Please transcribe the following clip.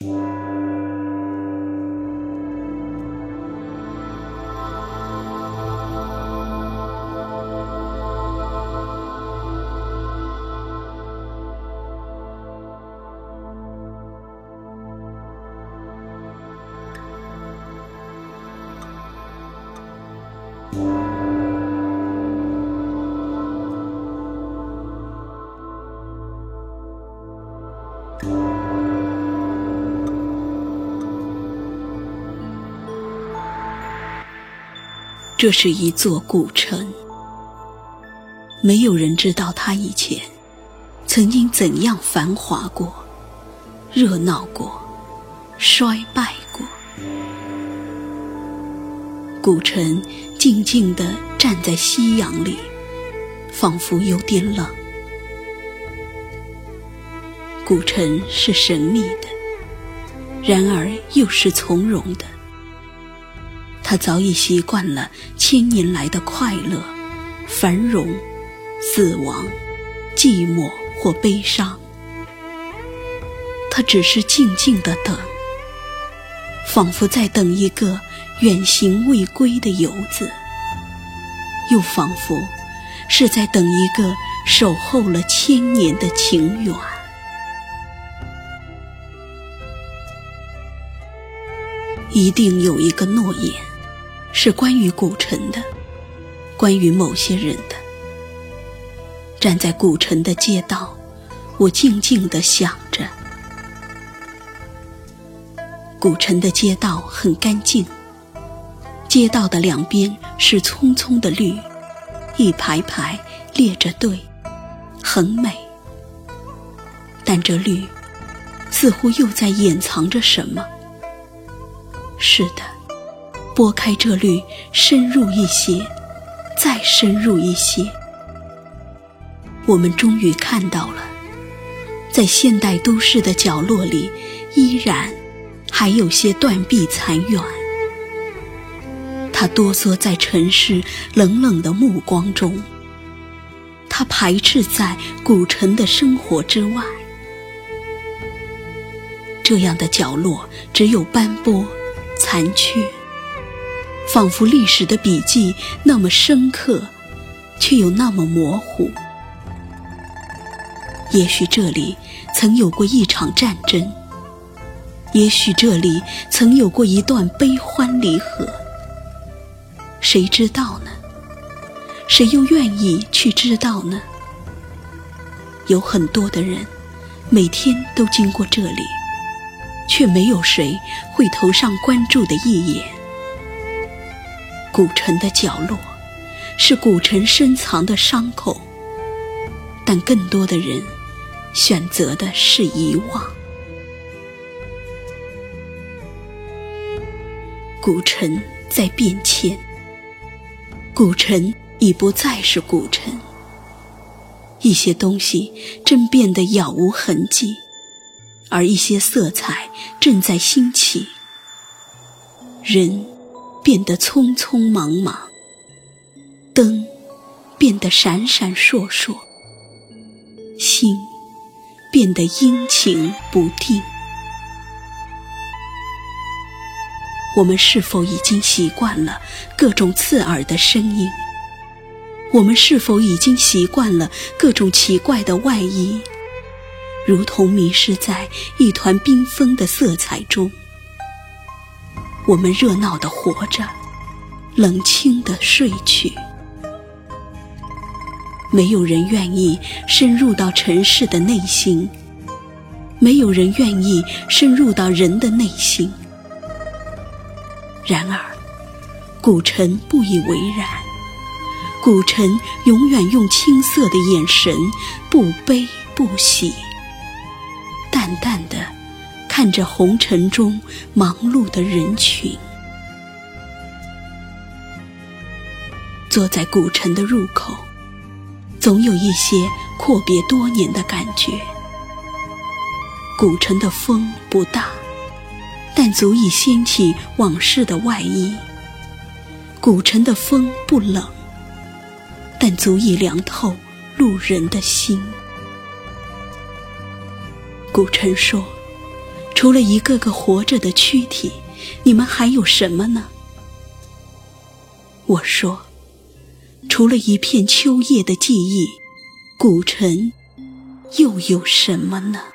这是一座古城，没有人知道它以前曾经怎样繁华过、热闹过、衰败过。古城静静地站在夕阳里，仿佛有点冷。古城是神秘的，然而又是从容的。他早已习惯了千年来的快乐、繁荣、死亡、寂寞或悲伤。他只是静静地等，仿佛在等一个远行未归的游子，又仿佛是在等一个守候了千年的情缘。一定有一个诺言，是关于古城的，关于某些人的。站在古城的街道，我静静地想着。古城的街道很干净，街道的两边是葱葱的绿，一排排列着队，很美。但这绿似乎又在掩藏着什么。是的，拨开这绿，深入一些，再深入一些，我们终于看到了，在现代都市的角落里，依然还有些断壁残垣。它哆嗦在城市冷冷的目光中，它排斥在古城的生活之外。这样的角落只有斑驳、残缺，仿佛历史的笔记那么深刻，却又那么模糊。也许这里曾有过一场战争，也许这里曾有过一段悲欢离合，谁知道呢？谁又愿意去知道呢？有很多的人每天都经过这里，却没有谁会投上关注的一眼。古城的角落是古城深藏的伤口，但更多的人选择的是遗忘。古城在变迁，古城已不再是古城，一些东西正变得杳无痕迹，而一些色彩正在兴起。人变得匆匆忙忙，灯变得闪闪烁烁，心变得阴晴不定。我们是否已经习惯了各种刺耳的声音？我们是否已经习惯了各种奇怪的外衣？如同迷失在一团缤纷的色彩中，我们热闹地活着，冷清地睡去。没有人愿意深入到城市的内心，没有人愿意深入到人的内心。然而，古城不以为然，古城永远用青涩的眼神，不悲不喜，淡淡地看着红尘中忙碌的人群。坐在古城的入口，总有一些阔别多年的感觉。古城的风不大，但足以掀起往事的外衣。古城的风不冷，但足以凉透路人的心。古城说，除除了一个个活着的躯体，你们还有什么呢？我说，除了一片秋叶的记忆，古城又有什么呢？